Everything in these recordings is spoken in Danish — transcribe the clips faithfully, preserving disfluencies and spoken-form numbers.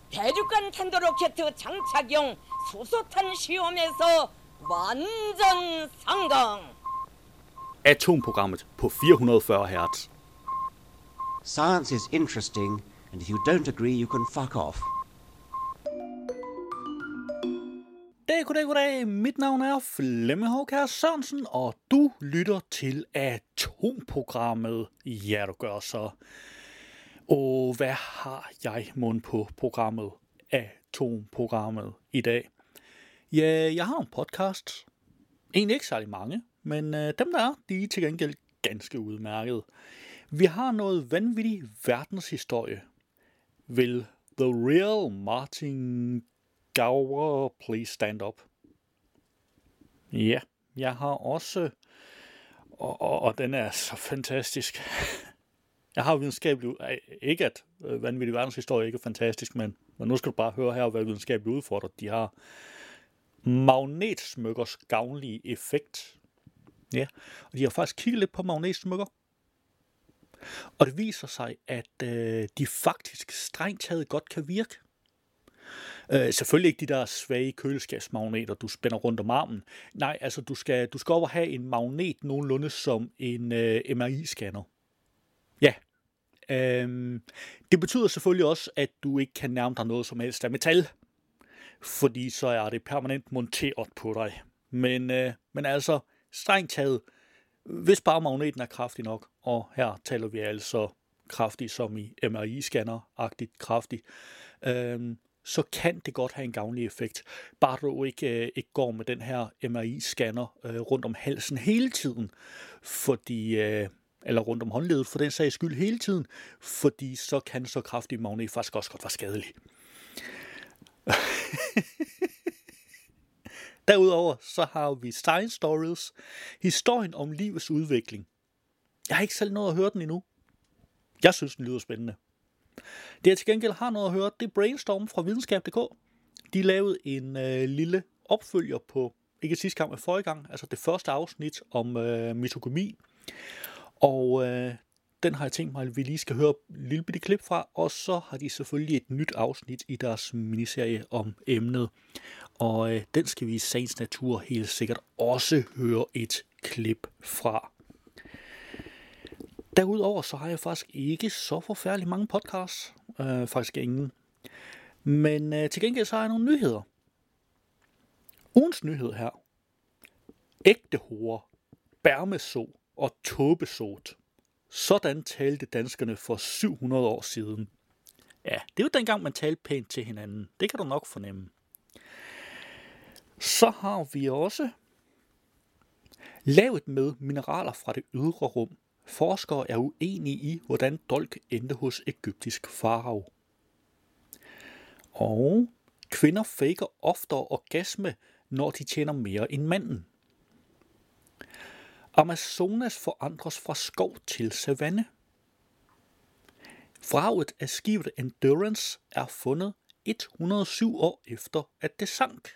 대륙간 탄도로켓 장착용 수소탄 시험에서 완전 성공. Atomprogrammet på fire hundrede og fyrre hertz. Science is interesting, and if you don't agree, you can fuck off. Dag, goddag, goddag. Mit navn er Flemming Håkær Sørensen, og du lytter til Atomprogrammet. Ja, du gør så. Og hvad har jeg mund på programmet? Atomprogrammet i dag? Ja, jeg har en podcast. Egentlig ikke særlig mange, men øh, dem der er, de er til gengæld ganske udmærket. Vi har noget vanvittig verdenshistorie. Vil The Real Martin Gower please stand up? Ja, jeg har også, og, og, og den er så fantastisk. Jeg har videnskabelig, ikke at øh, vanvittig verdenshistorie ikke er fantastisk, men, men nu skal du bare høre her, hvad videnskabeligt udfordrer. De har magnetsmykkers gavnlige effekt. Ja, og de har faktisk kigget lidt på magnetsmykker. Og det viser sig, at øh, de faktisk strengt taget godt kan virke. Øh, selvfølgelig ikke de der svage køleskabsmagneter, du spænder rundt om armen. Nej, altså du skal, du skal over have en magnet nogenlunde som en øh, M R I-scanner. Ja. Øh, det betyder selvfølgelig også, at du ikke kan nærme dig noget som helst af metal. Fordi så er det permanent monteret på dig. Men, øh, men altså, strengt taget, hvis bare magneten er kraftig nok, og her taler vi altså kraftig som i M R I-scanner-agtigt kraftig, øh, så kan det godt have en gavnlig effekt. Bare du ikke, øh, ikke går med den her M R I-scanner øh, rundt om halsen hele tiden, fordi, øh, eller rundt om håndledet for den sags skyld hele tiden, fordi så kan så kraftig magnet faktisk også godt være skadelig. Derudover så har vi Science Stories, historien om livets udvikling. Jeg har ikke selv nået at høre den endnu. Jeg synes, den lyder spændende. Det jeg til gengæld har noget at høre, det er Brainstorm fra videnskab punktum d k. De lavede en øh, lille opfølger på, ikke sidste gang, men forrige gang, altså det første afsnit om øh, mitokondri. Og øh, den har jeg tænkt mig, at vi lige skal høre et lille bitte klip fra, og så har de selvfølgelig et nyt afsnit i deres miniserie om emnet. Og øh, den skal vi i sagens natur helt sikkert også høre et klip fra. Derudover så har jeg faktisk ikke så forfærdeligt mange podcasts. Øh, faktisk ingen. Men øh, til gengæld så har jeg nogle nyheder. Ugens nyhed her. Ægte hore, bærmeså og tåbesot. Sådan talte danskerne for syv hundrede år siden. Ja, det er jo dengang, man talte pænt til hinanden. Det kan du nok fornemme. Så har vi også lavet med mineraler fra det ydre rum. Forskere er uenige i, hvordan dolk endte hos egyptisk farao. Og kvinder faker oftere orgasme, når de tjener mere end manden. Amazonas forandres fra skov til savanne. Vraget af skibet Endurance er fundet et hundrede og syv år efter, at det sank.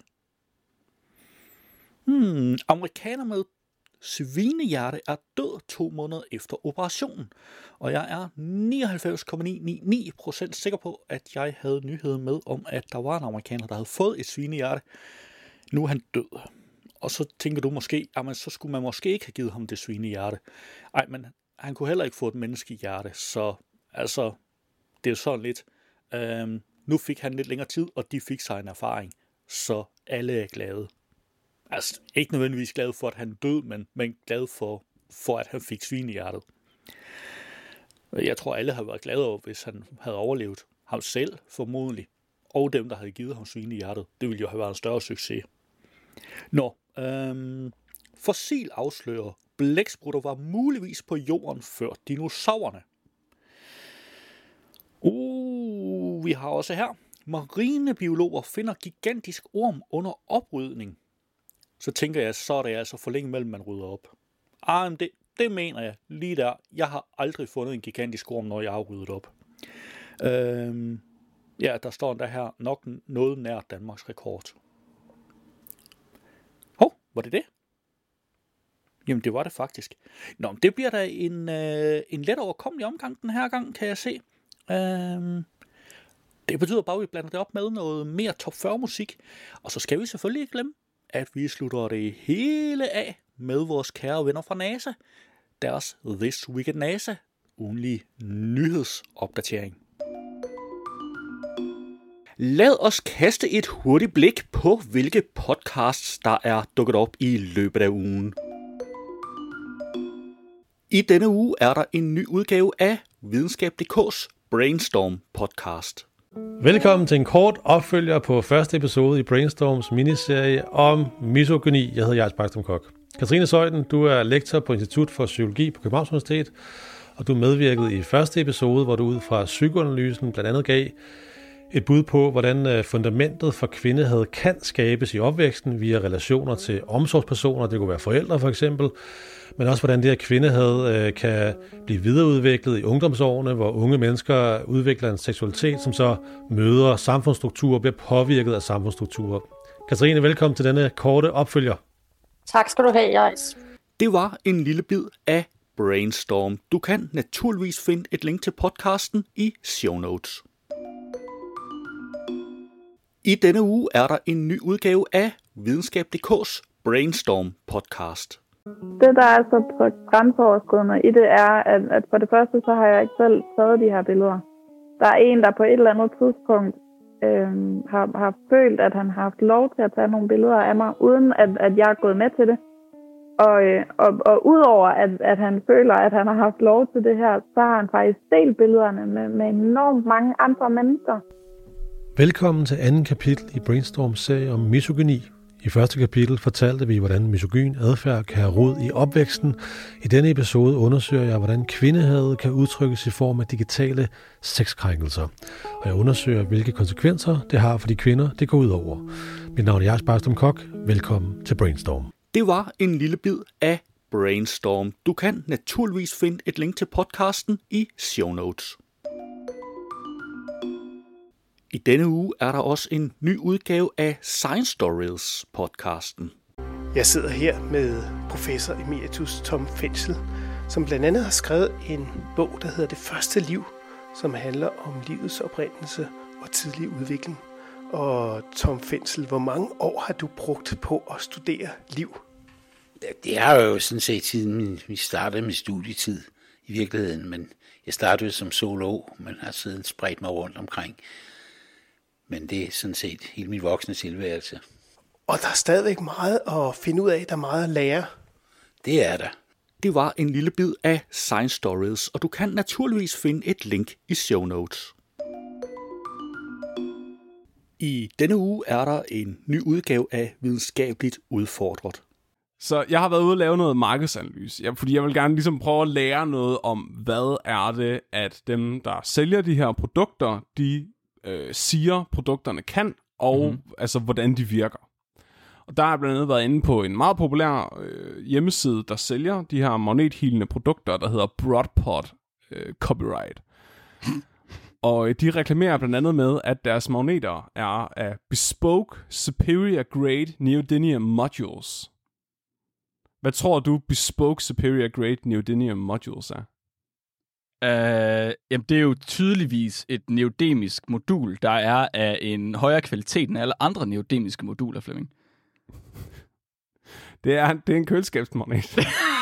Hmm, amerikaner med svinehjerte er død to måneder efter operationen, og jeg er nioghalvfems komma ni ni ni procent sikker på, at jeg havde nyheden med om, at der var en amerikaner, der havde fået et svinehjerte. Nu er han død. Og så tænker du måske, jamen så skulle man måske ikke have givet ham det svinehjerte. Ej, men han kunne heller ikke få et menneskehjerte, så altså, det er jo sådan lidt. Øhm, nu fik han lidt længere tid, og de fik sig en erfaring, så alle er glade. Altså, ikke nødvendigvis glade for, at han døde, men, men glade for, for, at han fik svinehjertet. Jeg tror, alle havde været glade over, hvis han havde overlevet ham selv, formodentlig. Og dem, der havde givet ham svinehjertet. Det ville jo have været en større succes. Nå, øhm, fossil afslører. Blæksprutter var muligvis på jorden før dinosaurerne. Uh, vi har også her. Marinebiologer finder gigantisk orm under oprydning. Så tænker jeg, så er det altså for længe mellem, man rydder op. Ah, men det, det mener jeg lige der. Jeg har aldrig fundet en gigantisk orm, når jeg har ryddet op. Øhm, ja, der står der her nok noget nær Danmarks rekord. Hov, var det det? Jamen, det var det faktisk. Nå, det bliver da en, øh, en let overkommelig omgang den her gang, kan jeg se. Øhm, det betyder bare, at vi blander det op med noget mere top fyrre musik. Og så skal vi selvfølgelig ikke glemme, at vi slutter det hele af med vores kære venner fra NASA. Deres This Week at NASA, ugenlige nyhedsopdatering. Lad os kaste et hurtigt blik på, hvilke podcasts, der er dukket op i løbet af ugen. I denne uge er der en ny udgave af Videnskab punktum d k's Brainstorm podcast. Velkommen til en kort opfølger på første episode i Brainstorms miniserie om misogyni. Jeg hedder Jais Bakstrøm Koch. Katrine Zeuthen, du er lektor på Institut for Psykologi på Københavns Universitet, og du medvirkede i første episode, hvor du ud fra psykoanalysen blandt andet gav et bud på, hvordan fundamentet for kvindehed kan skabes i opvæksten via relationer til omsorgspersoner, det kunne være forældre for eksempel, men også hvordan det her kvindehed kan blive videreudviklet i ungdomsårene, hvor unge mennesker udvikler en seksualitet, som så møder samfundsstrukturer og bliver påvirket af samfundsstrukturer. Katrine, velkommen til denne korte opfølger. Tak skal du have, Jais. Det var en lille bid af Brainstorm. Du kan naturligvis finde et link til podcasten i show notes. I denne uge er der en ny udgave af Videnskab punktum d k's Brainstorm podcast. Det, der er så grænseoverskridende i det, er, at, at for det første, så har jeg ikke selv taget de her billeder. Der er en, der på et eller andet tidspunkt øh, har, har følt, at han har haft lov til at tage nogle billeder af mig, uden at, at jeg er gået med til det. Og, øh, og, og udover at, at han føler, at han har haft lov til det her, så har han faktisk delt billederne med, med enormt mange andre mennesker. Velkommen til anden kapitel i Brainstorms serie om misogyni. I første kapitel fortalte vi, hvordan misogyn adfærd kan have rod i opvæksten. I denne episode undersøger jeg, hvordan kvindehadet kan udtrykkes i form af digitale sexkrænkelser. Og jeg undersøger, hvilke konsekvenser det har for de kvinder, det går ud over. Mit navn er Jais Bakstrøm Koch. Velkommen til Brainstorm. Det var en lille bid af Brainstorm. Du kan naturligvis finde et link til podcasten i show notes. I denne uge er der også en ny udgave af Science Stories podcasten. Jeg sidder her med professor emeritus Tom Fensel, som blandt andet har skrevet en bog, der hedder Det første liv, som handler om livets oprindelse og tidlig udvikling. Og Tom Fensel, hvor mange år har du brugt på at studere liv? Det har jo sådan set siden vi startede med studietid i virkeligheden, men jeg startede som zoolog, men har siden spredt mig rundt omkring. Men det er sådan set hele min voksne tilværelse. Og der er stadigvæk meget at finde ud af, der er meget at lære. Det er der. Det var en lille bid af Science Stories, og du kan naturligvis finde et link i show notes. I denne uge er der en ny udgave af Videnskabeligt Udfordret. Så jeg har været ude og lave noget markedsanalyse, ja, fordi jeg vil gerne ligesom prøve at lære noget om, hvad er det, at dem, der sælger de her produkter, de øh, siger, produkterne kan, og mm-hmm. altså, hvordan de virker. Og der har jeg blandt andet været inde på en meget populær øh, hjemmeside, der sælger de her magnethilende produkter, der hedder Broadpod øh, Copyright. Og de reklamerer blandt andet med, at deres magneter er af bespoke superior grade neodymium modules. Hvad tror du bespoke superior grade neodymium modules er? Uh, jamen, det er jo tydeligvis et neodemisk modul, der er af en højere kvalitet end alle andre neodemiske moduler, Flemming. Det er, det er en køleskabsmagnet.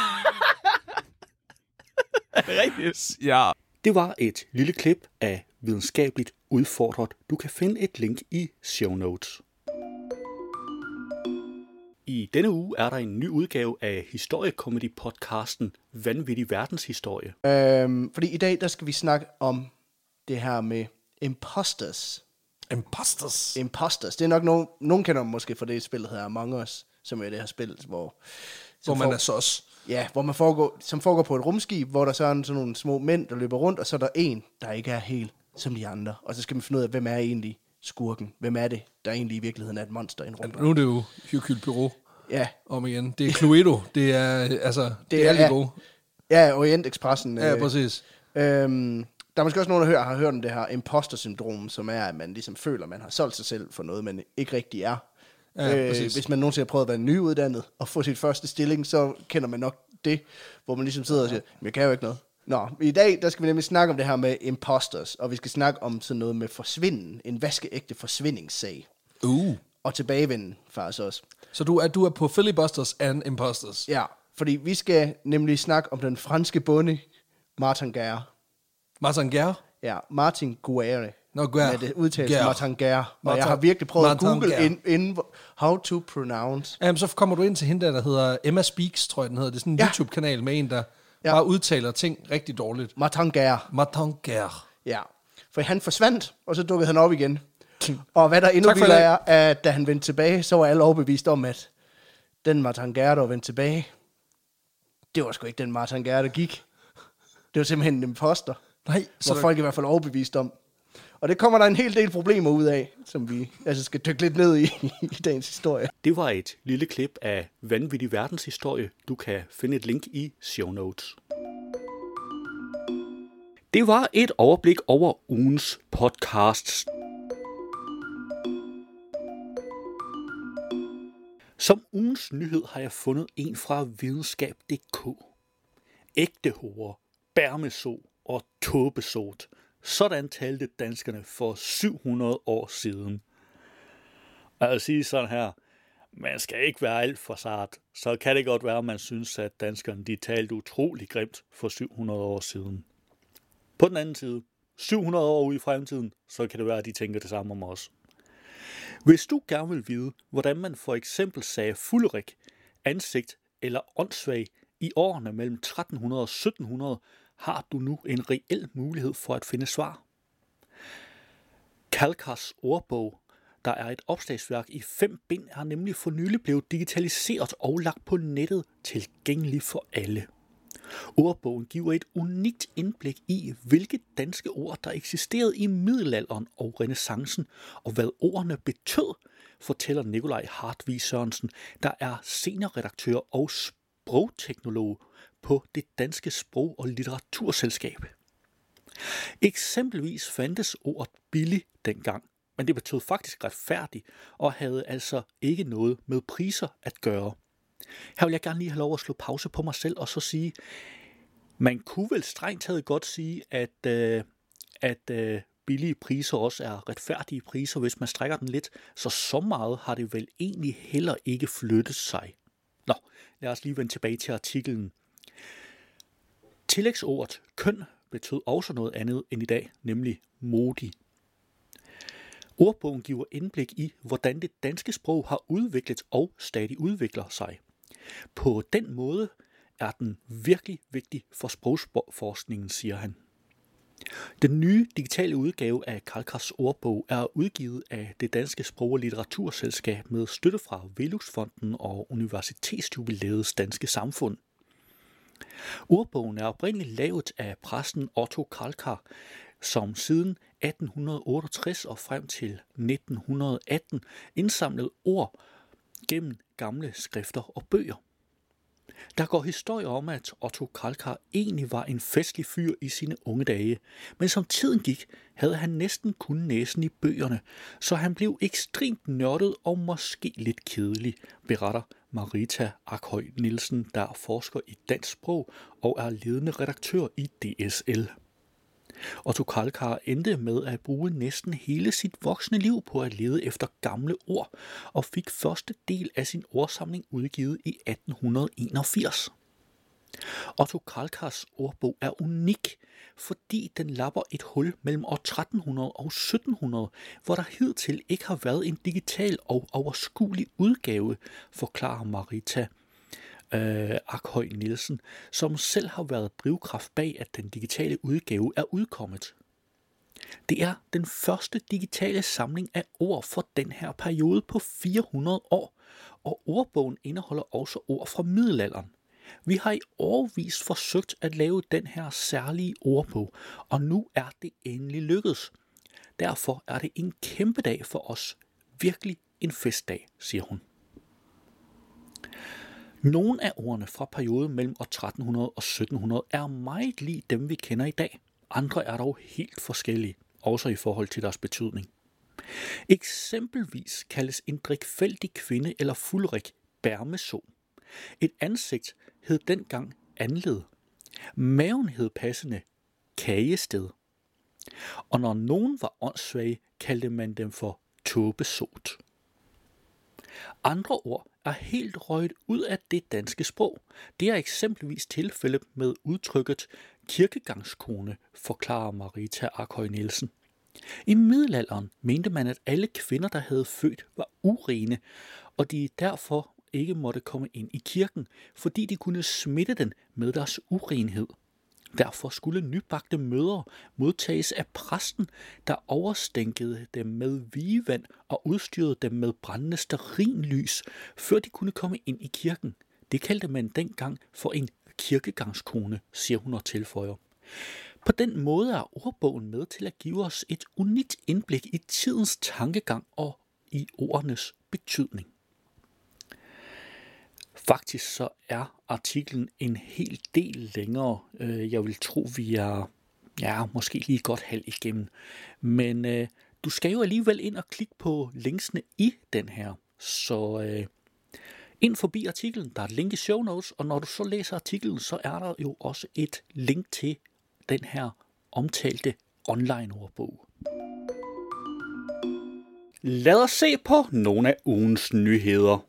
Er det rigtigt? Ja. Det var et lille klip af Videnskabeligt Udfordret. Du kan finde et link i show notes. I denne uge er der en ny udgave af historiekomedy-podcasten Vanvittig Verdenshistorie. Øhm, fordi i dag, der skal vi snakke om det her med imposters. Imposters? Imposters. Det er nok nogen, nogen kender måske fra det spil, der hedder Among Us, som er det her spil, hvor... Hvor man for, er sås. Ja, hvor man foregår, som foregår på et rumskib, hvor der så er sådan nogle små mænd, der løber rundt, og så er der en, der ikke er helt som de andre. Og så skal man finde ud af, hvem er egentlig skurken? Hvem er det, der egentlig i virkeligheden er et monster i en rum? Ja, nu er det jo Hercule Poirot. Ja. Om igen. Det er Cluedo. Det er, altså, det, det er, er lige gode. Ja, Orient-Expressen. Ja, øh, præcis. Øhm, der er måske også nogen, der hører, har hørt om det her imposter-syndrom, som er, at man ligesom føler, at man har solgt sig selv for noget, man ikke rigtig er. Ja, øh, hvis man nogensinde har prøvet at være nyuddannet og få sit første stilling, så kender man nok det, hvor man ligesom sidder og siger, men jeg kan jo ikke noget. Nå, i dag, der skal vi nemlig snakke om det her med imposters, og vi skal snakke om sådan noget med forsvinden, en vaskeægte forsvindingssag. Uh. Og tilbagevenden, faktisk også. Så du er, du er på filibusters and imposters? Ja, fordi vi skal nemlig snakke om den franske bonde, Martin Guerre. Martin Guerre? Ja, Martin Guerre. Nå, Guerre. Med det udtales Guerre. Martin Guerre. Og Martin- jeg har virkelig prøvet Martin at google Guerre. in, in, how to pronounce. Jamen, så kommer du ind til hende der, der hedder Emma Speaks, tror jeg den hedder. Det er sådan en Ja. YouTube-kanal med en, der Ja. bare udtaler ting rigtig dårligt. Martin Guerre. Martin Guerre. Ja, for han forsvandt, og så dukkede han op igen. Og hvad der endnu Tak for vildere det. er, at da han vendte tilbage, så var alle overbevist om, at den Martin Guerre, der var vendt tilbage, det var sgu ikke den Martin Guerre, der gik. Det var simpelthen en imposter. Nej, så så var der- folk i hvert fald overbevist om. Og det kommer der en hel del problemer ud af, som vi altså skal dykke lidt ned i i dagens historie. Det var et lille klip af Vanvittig Verdenshistorie. Du kan finde et link i show notes. Det var et overblik over ugens podcasts. Som ugens nyhed har jeg fundet en fra videnskab punktum d k. Ægte horer, bærmeso og tåbesot. Sådan talte danskerne for syv hundrede år siden. Og jeg vil sige sådan her, man skal ikke være alt for sart. Så kan det godt være, at man synes, at danskerne de talte utrolig grimt for syv hundrede år siden. På den anden side, syv hundrede år ude i fremtiden, så kan det være, at de tænker det samme om os. Hvis du gerne vil vide, hvordan man for eksempel sagde fulderik, ansigt eller åndssvag i årene mellem tretten hundrede og sytten hundrede, har du nu en reel mulighed for at finde svar. Kalkars ordbog, der er et opslagsværk i fem bind, er nemlig for nylig blevet digitaliseret og lagt på nettet tilgængelig for alle. Ordbogen giver et unikt indblik i, hvilke danske ord, der eksisterede i middelalderen og renæssancen, og hvad ordene betød, fortæller Nikolaj Hartvig Sørensen, der er seniorredaktør og sprogteknolog på Det Danske Sprog- og Litteraturselskab. Eksempelvis fandtes ordet billig dengang, men det betød faktisk retfærdig og havde altså ikke noget med priser at gøre. Her vil jeg gerne lige have lov at slå pause på mig selv og så sige, man kunne vel strengt taget godt sige, at, øh, at øh, billige priser også er retfærdige priser, hvis man strækker den lidt, så så meget har det vel egentlig heller ikke flyttet sig. Nå, lad os lige vende tilbage til artiklen. Tillægsordet køn betød også noget andet end i dag, nemlig modig. Ordbogen giver indblik i, hvordan det danske sprog har udviklet og stadig udvikler sig. På den måde er den virkelig vigtig for sprogforskningen, siger han. Den nye digitale udgave af Kalkars ordbog er udgivet af Det Danske Sprog- og Litteraturselskab med støtte fra Veluxfonden og Universitetsjubilæets Danske Samfund. Ordbogen er oprindeligt lavet af præsten Otto Kalkar, som siden atten otteogtres og frem til nitten atten indsamlede ord gennem gamle skrifter og bøger. Der går historier om, at Otto Kalkar egentlig var en festlig fyr i sine unge dage, men som tiden gik, havde han næsten kun næsen i bøgerne, så han blev ekstremt nørdet og måske lidt kedelig, beretter Marita Akhøj Nielsen, der forsker i dansk sprog og er ledende redaktør i D S L. Otto Kalkar endte med at bruge næsten hele sit voksne liv på at lede efter gamle ord, og fik første del af sin ordsamling udgivet i atten enogfirs. Otto Kalkars ordbog er unik, fordi den lapper et hul mellem år tretten hundrede og sytten hundrede, hvor der hidtil ikke har været en digital og overskuelig udgave, forklarer Marita Øh, Akhøj Nielsen, som selv har været drivkraft bag, at den digitale udgave er udkommet. Det er den første digitale samling af ord for den her periode på fire hundrede år, og ordbogen indeholder også ord fra middelalderen. Vi har i årevis forsøgt at lave den her særlige ordbog, og nu er det endelig lykkedes. Derfor er det en kæmpe dag for os. Virkelig en festdag, siger hun. Nogle af ordene fra perioden mellem år tretten hundrede og sytten hundrede er meget lig dem, vi kender i dag. Andre er dog helt forskellige, også i forhold til deres betydning. Eksempelvis kaldes en drikfældig kvinde eller fuldrik bærmeso. Et ansigt hed dengang anled. Maven hed passende kagested. Og når nogen var åndssvage, kaldte man dem for tåbesot. Andre ord er helt røget ud af det danske sprog. Det er eksempelvis tilfældet med udtrykket kirkegangskone, forklarer Marita Arkhøj Nielsen. I middelalderen mente man, at alle kvinder, der havde født, var urene, og de derfor ikke måtte komme ind i kirken, fordi de kunne smitte den med deres urenhed. Derfor skulle nybagte mødre modtages af præsten, der overstænkede dem med vigevand og udstyrede dem med brændende stearinlys, før de kunne komme ind i kirken. Det kaldte man dengang for en kirkegangskone, siger hun og tilføjer. På den måde er ordbogen med til at give os et unikt indblik i tidens tankegang og i ordenes betydning. Faktisk så er artiklen en hel del længere. Jeg vil tro, vi er ja, måske lige godt halv igennem. Men øh, du skal jo alligevel ind og klikke på linksene i den her. Så øh, ind forbi artiklen, der er et link i show notes, og når du så læser artiklen, så er der jo også et link til den her omtalte online ordbog. Lad os se på nogle af ugens nyheder.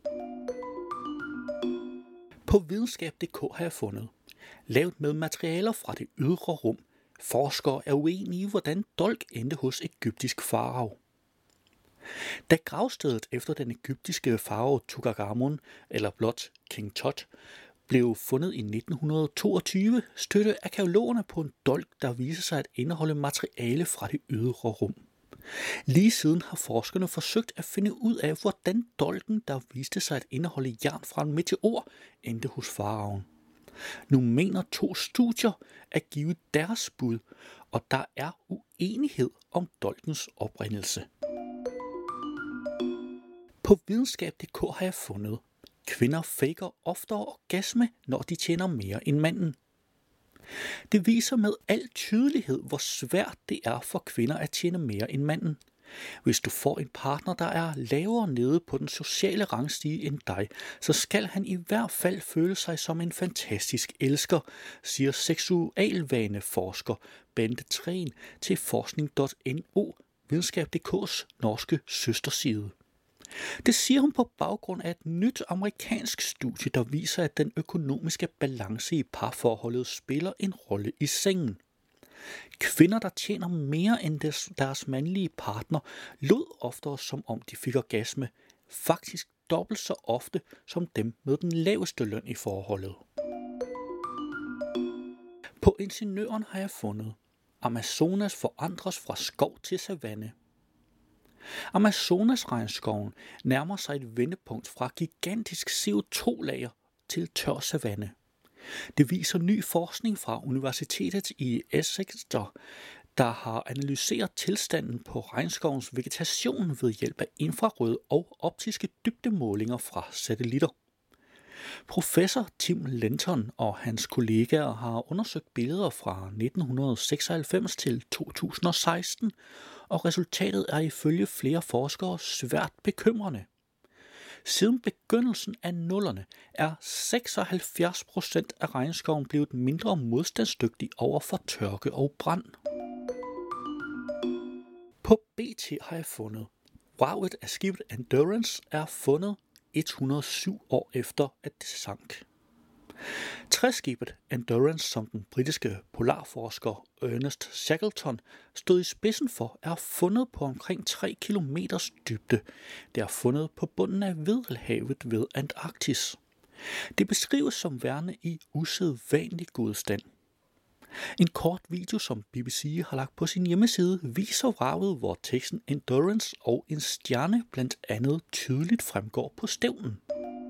På videnskab punktum d k har jeg fundet, lavet med materialer fra det ydre rum, forskere er uenige i, hvordan dolk endte hos egyptisk farao. Da gravstedet efter den egyptiske farao Tutankhamun, eller blot King Tut, blev fundet i nitten toogtyve, stødte arkæologerne på en dolk, der viser sig at indeholde materiale fra det ydre rum. Lige siden har forskerne forsøgt at finde ud af, hvordan dolken, der viste sig at indeholde jern fra en meteor, endte hos faraoen. Nu mener to studier at give deres bud, og der er uenighed om dolkens oprindelse. På videnskab punktum d k har jeg fundet, kvinder faker oftere orgasme, når de tjener mere end manden. Det viser med al tydelighed, hvor svært det er for kvinder at tjene mere end manden. Hvis du får en partner, der er lavere nede på den sociale rangstige end dig, så skal han i hvert fald føle sig som en fantastisk elsker, siger seksualvaneforsker Bente Træn til forskning punktum n o, videnskab punktum d k's norske søsterside. Det siger hun på baggrund af et nyt amerikansk studie, der viser, at den økonomiske balance i parforholdet spiller en rolle i sengen. Kvinder, der tjener mere end deres, deres mandlige partner, lød oftere som om de fik orgasme, faktisk dobbelt så ofte som dem med den laveste løn i forholdet. På Ingeniøren har jeg fundet, Amazonas forandres fra skov til savanne. Amazonas-regnskoven nærmer sig et vendepunkt fra gigantisk C O to lager til tør savanne. Det viser ny forskning fra Universitetet i Exeter, der har analyseret tilstanden på regnskovens vegetation ved hjælp af infrarøde og optiske dybdemålinger fra satellitter. Professor Tim Lenton og hans kollegaer har undersøgt billeder fra nitten seksoghalvfems til to tusind og seksten, og resultatet er ifølge flere forskere svært bekymrende. Siden begyndelsen af nullerne er seksoghalvfjerds procent af regnskoven blevet mindre modstandsdygtig over for tørke og brand. På B T har jeg fundet, vraget af skibet Endurance er fundet et hundrede og syv år efter, at det sank. Træskibet Endurance, som den britiske polarforsker Ernest Shackleton stod i spidsen for, er fundet på omkring tre kilometers dybde. Det er fundet på bunden af Hvidehavet ved Antarktis. Det beskrives som værende i usædvanlig god stand. En kort video, som B B C har lagt på sin hjemmeside, viser vraget, hvor teksten Endurance og en stjerne blandt andet tydeligt fremgår på stævnen.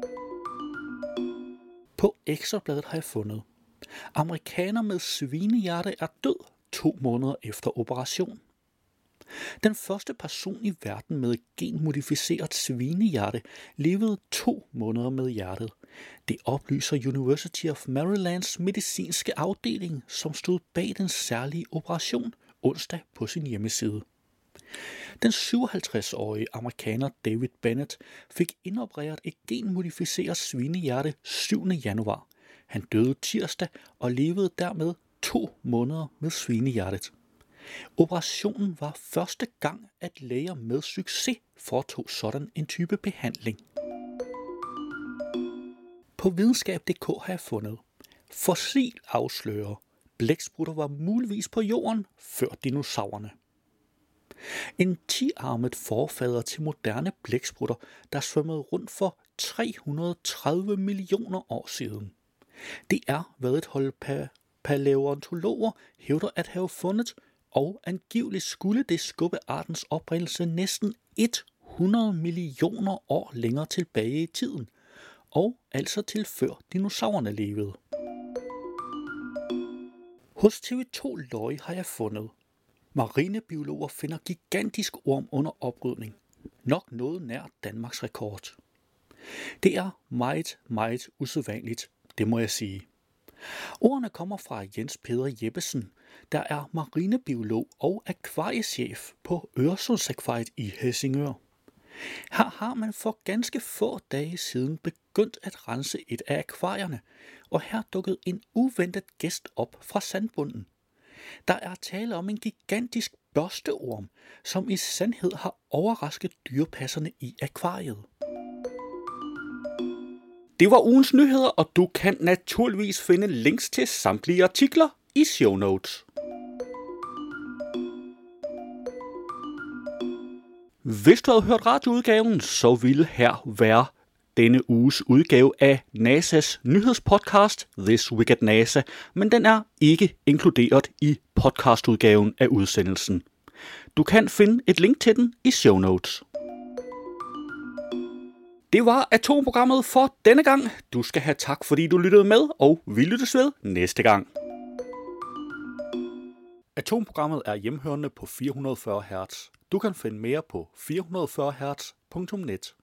På Ekstrabladet har jeg fundet, amerikaner med svinehjerte er død to måneder efter operation. Den første person i verden med genmodificeret svinehjerte levede to måneder med hjertet. Det oplyser University of Marylands medicinske afdeling, som stod bag den særlige operation onsdag på sin hjemmeside. Den syvoghalvtreds-årige amerikaner David Bennett fik indopereret et genmodificeret svinehjerte syvende januar. Han døde tirsdag og levede dermed to måneder med svinehjertet. Operationen var første gang, at læger med succes foretog sådan en type behandling. På videnskab punktum d k har jeg fundet: fossil afslører, blæksprutter var muligvis på jorden før dinosaurerne. En ti-armet forfader til moderne blæksprutter, der svømmede rundt for tre hundrede og tredive millioner år siden. Det er, hvad et hold pa- palæontologer hævder at have fundet, og angiveligt skulle det skubbe artens oprindelse næsten hundrede millioner år længere tilbage i tiden, og altså til før dinosaurerne levede. Hos T V to Løje har jeg fundet: marinebiologer finder gigantisk orm under oprydning. Nok noget nær Danmarks rekord. Det er meget, meget usædvanligt, det må jeg sige. Ordene kommer fra Jens Peder Jeppesen, der er marinebiolog og akvariechef på Øresundsakvariet i Helsingør. Her har man for ganske få dage siden begyndt at rense et af akvarierne, og her dukkede en uventet gæst op fra sandbunden. Der er tale om en gigantisk børsteorm, som i sandhed har overrasket dyrepasserne i akvariet. Det var ugens nyheder, og du kan naturligvis finde links til samtlige artikler i show notes. Hvis du havde hørt radioudgaven, så ville her være denne uges udgave af NASA's nyhedspodcast This Week at NASA, men den er ikke inkluderet i podcastudgaven af udsendelsen. Du kan finde et link til den i show notes. Det var Atomprogrammet for denne gang. Du skal have tak, fordi du lyttede med, og vi lyttes ved næste gang. Atomprogrammet er hjemhørende på fire hundrede og fyrre hertz. Du kan finde mere på fire hundrede og fyrre hertz punktum net.